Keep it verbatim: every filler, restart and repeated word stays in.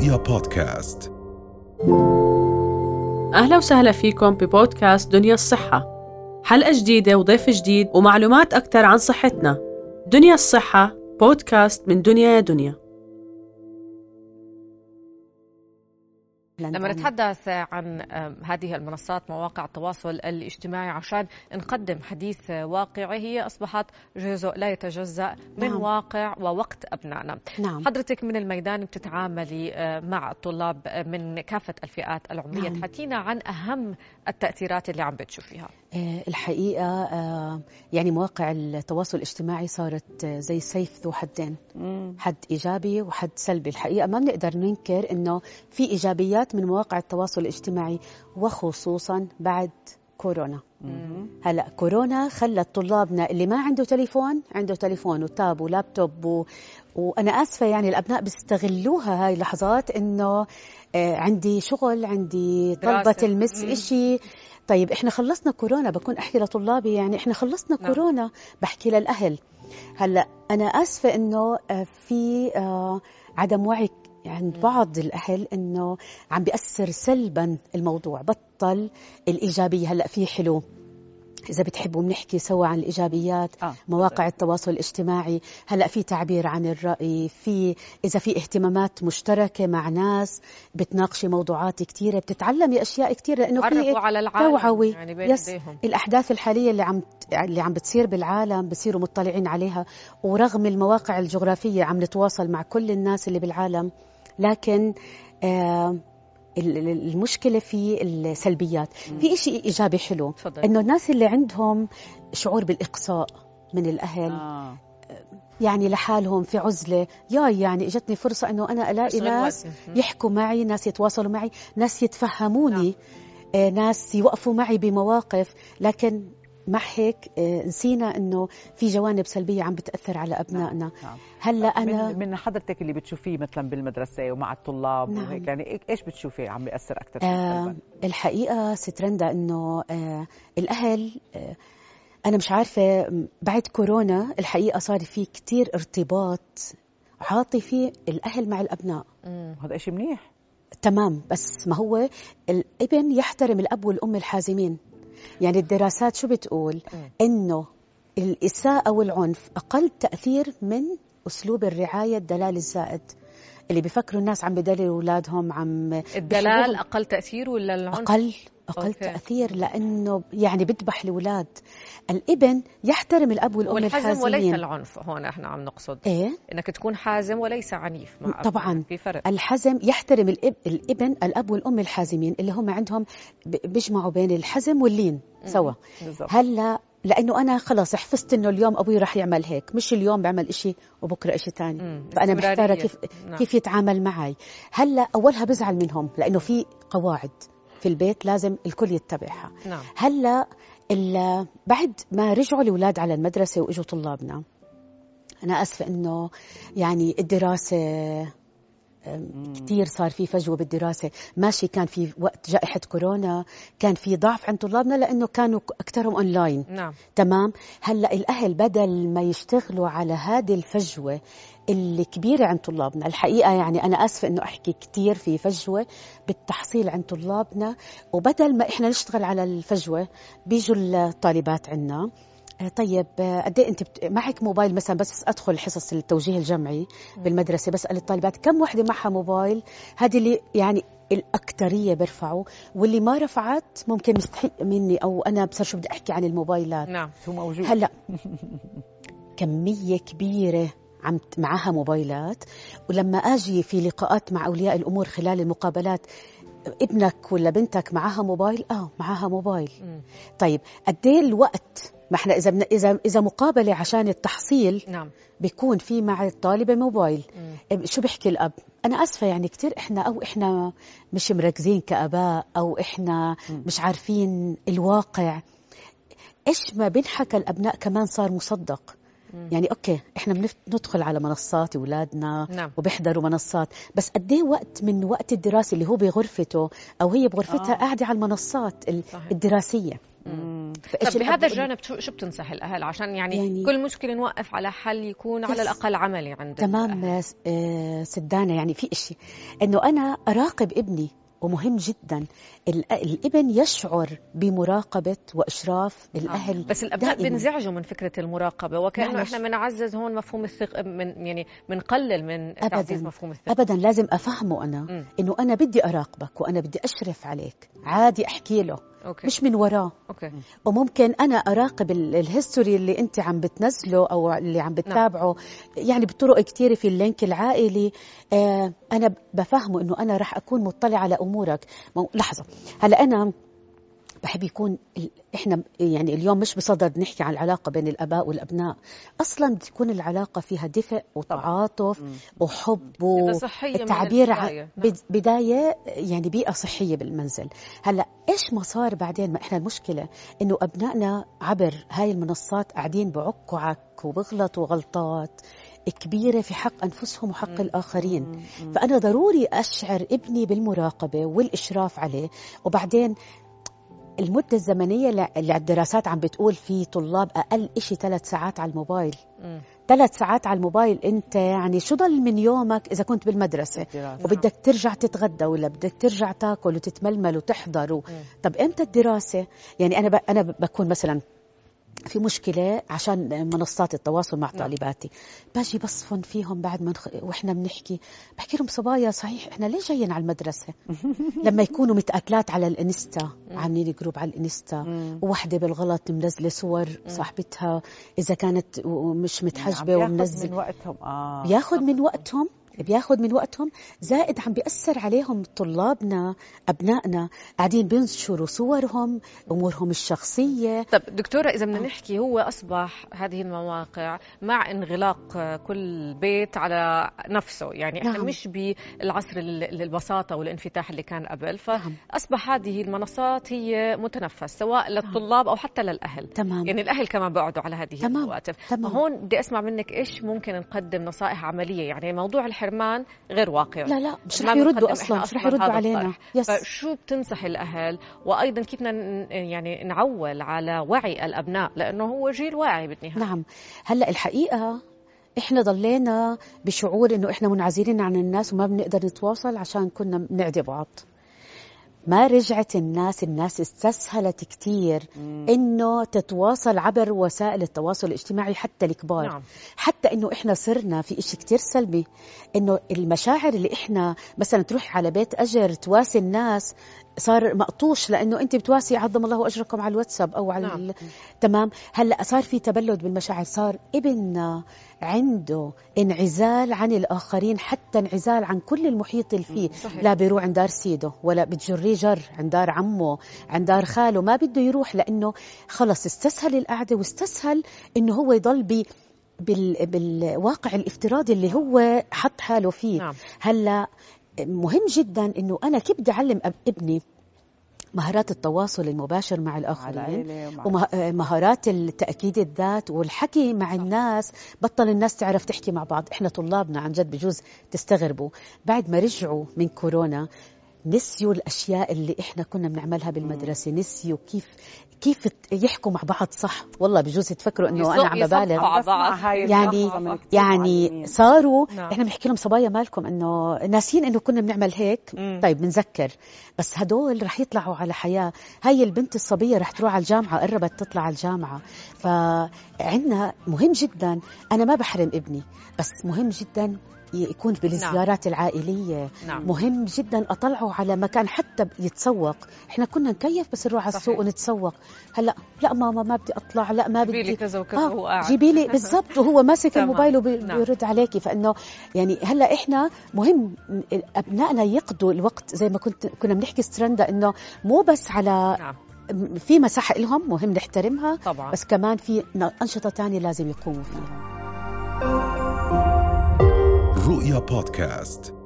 رؤيا بودكاست. أهلا وسهلا فيكم ببودكاست دنيا الصحة، حلقة جديدة وضيف جديد ومعلومات أكثر عن صحتنا. دنيا الصحة بودكاست من دنيا يا دنيا. لما نتحدث عن هذه المنصات مواقع التواصل الاجتماعي عشان نقدم حديث واقعي، هي أصبحت جزء لا يتجزأ من نعم. واقع ووقت أبنائنا. نعم. حضرتك من الميدان بتتعاملي مع الطلاب من كافة الفئات العمرية. نعم. تحكينا عن أهم التأثيرات اللي عم بتشوفيها. الحقيقة يعني مواقع التواصل الاجتماعي صارت زي سيف ذو حدين، حد إيجابي وحد سلبي. الحقيقة ما بنقدر ننكر إنه في إيجابيات من مواقع التواصل الاجتماعي، وخصوصا بعد كورونا. هلا كورونا خلت طلابنا اللي ما عنده تليفون عنده تليفون وتاب ولابتوب و... وأنا آسفة يعني الأبناء بيستغلوها هاي اللحظات، إنه آه عندي شغل، عندي طلبة المس إشي. طيب إحنا خلصنا كورونا، بكون أحكي لطلابي يعني إحنا خلصنا نعم. كورونا، بحكي للأهل. هلا أنا آسفة إنه آه في آه عدم وعي عند يعني بعض الأهل إنه عم بيأثر سلبا الموضوع، بطل الإيجابية. هلأ في حلو، إذا بتحبوا بنحكي سوا عن الإيجابيات. آه. مواقع التواصل الاجتماعي هلأ في تعبير عن الرأي، في إذا في اهتمامات مشتركة مع ناس بتناقشي موضوعات كتيرة، بتتعلمي أشياء كتيرة، لأنه في على العالم توعوي يعني بين يس ايديهم. الأحداث الحالية اللي عم اللي عم بتصير بالعالم بصيروا مطلعين عليها، ورغم المواقع الجغرافية عم نتواصل مع كل الناس اللي بالعالم. لكن آه المشكلة في السلبيات. مم. في إشي إيجابي حلو، فضل. إنه الناس اللي عندهم شعور بالإقصاء من الأهل آه. يعني لحالهم في عزلة، يا يعني إجتني فرصة إنه أنا ألاقي ناس يحكوا معي، ناس يتواصلوا معي، ناس يتفهموني. آه. ناس يوقفوا معي بمواقف. لكن مع هيك آه نسينا إنه في جوانب سلبية عم بتأثر على أبنائنا. نعم. هلا أنا من, من حضرتك اللي بتشوفيه مثلا بالمدرسة ومع الطلاب. نعم. وهيك يعني إيش بتشوفي عم بيأثر أكثر؟ آه الحقيقة سترندا إنه آه الأهل آه أنا مش عارفة، بعد كورونا الحقيقة صار في كتير ارتباط عاطفي الأهل مع الأبناء. هذا إشي منيح تمام، بس ما هو الابن يحترم الأب والأم الحازمين. يعني الدراسات شو بتقول؟ إنه الإساءة والعنف أقل تأثير من أسلوب الرعاية الدلال الزائد، اللي بيفكروا الناس عم بدللوا أولادهم. عم الدلال أقل تأثير ولا العنف؟ أقل أقل أوكي. تأثير، لأنه يعني بيذبح الأولاد. الابن يحترم الأب والأم الحازمين. والحزم وليس العنف، هون احنا عم نقصد إيه؟ إنك تكون حازم وليس عنيف مع طبعا في فرق. الحزم يحترم الاب الابن الأب والأم الحازمين، اللي هم عندهم بيجمعوا بين الحزم واللين سوا. هلا لأنه أنا خلاص حفظت إنه اليوم أبوي رح يعمل هيك، مش اليوم بعمل إشي وبكرة إشي تاني. مم. فأنا محتارة كيف نعم. كيف يتعامل معي. هلا أولها بزعل منهم لأنه في قواعد في البيت لازم الكل يتبعها. نعم. هلا بعد ما رجعوا الأولاد على المدرسة وإجوا طلابنا، أنا أسفة إنه يعني الدراسة كتير صار في فجوة بالدراسة. ماشي، كان في وقت جائحة كورونا كان في ضعف عند طلابنا لأنه كانوا أكثرهم أونلاين. نعم. تمام. هلأ الأهل بدل ما يشتغلوا على هذه الفجوة اللي كبيرة عند طلابنا، الحقيقة يعني أنا آسفة إنه أحكي كتير في فجوة بالتحصيل عند طلابنا، وبدل ما إحنا نشتغل على الفجوة بيجوا الطالبات عنا. طيب قد ايه انت بت... معك موبايل مثلا؟ بس ادخل حصص التوجيه الجمعي بالمدرسه بسال الطالبات كم وحده معها موبايل. هذه اللي يعني الاكثريه بيرفعوا، واللي ما رفعت ممكن مستحق مني او انا بصير شو بدي احكي عن الموبايلات. نعم هو موجود. هلا كميه كبيره عم معها موبايلات، ولما اجي في لقاءات مع اولياء الامور خلال المقابلات، ابنك ولا بنتك معها موبايل؟ اه معها موبايل. م. طيب قد ايه الوقت؟ ما احنا اذا اذا اذا مقابله عشان التحصيل نعم. بيكون في مع الطالبه موبايل. م. شو بيحكي الاب؟ انا اسفه يعني كتير احنا او احنا مش مركزين كاباء، او احنا م. مش عارفين الواقع. ايش ما بنحكى الابناء كمان صار مصدق. يعني أوكي إحنا بندخل على منصات أولادنا نعم. وبيحضروا منصات، بس قديه وقت من وقت الدراسة اللي هو بغرفته أو هي بغرفتها آه. قاعدة على المنصات صحيح. الدراسية. طب بهذا الجانب شو بتنصح الأهل عشان يعني, يعني كل مشكلة نوقف على حل يكون على الأقل عملي عند تمام سدانة. يعني في إشي إنه أنا أراقب ابني، ومهم جدا الابن يشعر بمراقبة وإشراف الأهل. بس الأبناء بينزعجوا من فكرة المراقبة، وكأنه إحنا بنعزز هون مفهوم الثقة، من يعني بنقلل من تعزيز مفهوم الثقة. أبدا لازم أفهمه أنا م. إنه أنا بدي أراقبك وأنا بدي أشرف عليك، عادي أحكي له أوكي. مش من وراه أوكي. وممكن أنا أراقب الهيستوري اللي أنت عم بتنزله أو اللي عم بتتابعه. نعم. يعني بطرق كتير في اللينك العائلي آه أنا بفهمه إنه أنا رح أكون مطلع على أمورك. لحظة، هلأ أنا بحب يكون إحنا يعني اليوم مش بصدد نحكي عن العلاقة بين الآباء والأبناء، أصلاً تكون العلاقة فيها دفء وتعاطف وحب والتعبير عن بداية يعني بيئة صحية بالمنزل. هلأ إيش ما صار بعدين؟ ما إحنا المشكلة إنه أبنائنا عبر هاي المنصات قاعدين بعكوا عك وبغلطوا غلطات كبيرة في حق أنفسهم وحق مم. الآخرين. مم. فأنا ضروري أشعر ابني بالمراقبة والإشراف عليه. وبعدين المدة الزمنية اللي الدراسات عم بتقول في طلاب أقل إشي ثلاث ساعات على الموبايل. م. ثلاث ساعات على الموبايل، أنت يعني شو ضل من يومك إذا كنت بالمدرسة الدراسة. وبدك ترجع تتغدى ولا بدك ترجع تاكل وتتململ وتحضر و... طب إمتى الدراسة؟ يعني أنا ب... أنا بكون مثلا في مشكلة عشان منصات التواصل مع طالباتي، باجي بصفن فيهم بعد ما نخ... وإحنا بنحكي بحكي لهم صبايا صحيح إحنا ليه جايين على المدرسة؟ لما يكونوا متأكلات على الانستا، عاملين جروب على الانستا وواحدة بالغلط منزلة صور صاحبتها إذا كانت مش متحجبة ومنزل من وقتهم آه. بياخد من وقتهم بياخد من وقتهم زائد عم بيأثر عليهم. طلابنا أبنائنا قاعدين بينشروا صورهم أمورهم الشخصية. طب دكتورة إذا بدنا نحكي هو أصبح هذه المواقع مع انغلاق كل بيت على نفسه، يعني إحنا نعم. مش بالعصر البساطة والانفتاح اللي كان قبل، فأصبح هذه المنصات هي متنفس سواء للطلاب أو حتى للأهل. تمام. يعني الأهل كمان بيقعدوا على هذه تمام. الهواتف. فهون بدي أسمع منك إيش ممكن نقدم نصائح عملية. يعني موضوع الحرمان غير واقعي. لا لا مش رح يردوا أصلا، مش رح يردوا علينا. فشو بتنصح الأهل، وأيضا كيف يعني نعول على وعي الأبناء، لأنه هو جيل واعي بالنهاية. نعم. هلأ الحقيقة إحنا ضلينا بشعور إنه إحنا منعزلين عن الناس وما بنقدر نتواصل عشان كنا بنعدي بعض. ما رجعت الناس الناس استسهلت كتير مم. إنه تتواصل عبر وسائل التواصل الاجتماعي حتى الكبار. نعم. حتى إنه إحنا صرنا في إشي كتير سلبي، إنه المشاعر اللي إحنا مثلا تروح على بيت أجر تواسي الناس صار مقطوش، لأنه أنت بتواسي عظم الله أجركم على الواتساب أو على نعم. ال... تمام. هلأ صار في تبلد بالمشاعر، صار ابننا عنده انعزال عن الآخرين، حتى انعزال عن كل المحيط اللي فيه. صحيح. لا بيروح عند دار سيده ولا بتجريه جر عند دار عمه عند دار خاله، ما بده يروح لأنه خلص استسهل القعدة واستسهل إنه هو يضل بي بال... بالواقع الافتراضي اللي هو حط حاله فيه. نعم. هلأ مهم جدا إنه أنا كيف بدي أعلم ابني مهارات التواصل المباشر مع الآخرين ومهارات التأكيد الذات والحكي مع الناس. بطل الناس تعرف تحكي مع بعض. إحنا طلابنا عن جد بجوز تستغربوا بعد ما رجعوا من كورونا نسيوا الأشياء اللي إحنا كنا بنعملها بالمدرسة، نسيوا كيف كيف يحكوا مع بعض صح. والله بجوز تفكروا إنه أنا عم ببالغ، يعني يعني صاروا نعم. إحنا بنحكي لهم صبايا مالكم إنه ناسين إنه كنا بنعمل هيك. مم. طيب بنذكر، بس هدول رح يطلعوا على حياة. هاي البنت الصبية رح تروح على الجامعة، قربت تطلع على الجامعة. فعندنا مهم جدا، أنا ما بحرم ابني، بس مهم جدا يكون بالزيارات نعم. العائلية. نعم. مهم جدا أطلعه على مكان حتى يتسوق. إحنا كنا نكيف بس نروح على السوق ونتسوق. هلا لا ماما ما بدي أطلع، لا ما بدي جيبيلي كذا وكذا آه. وهو قاعد جيبيلي بالضبط وهو ماسك الموبايل وبيرد نعم. عليكي. فإنه يعني هلا إحنا مهم أبنائنا يقضوا الوقت زي ما كنت كنا بنحكي سترندا، إنه مو بس على نعم. في مساحة لهم مهم نحترمها طبعا. بس كمان في أنشطة تانية لازم يقوموا فيها. رؤيا بودكاست.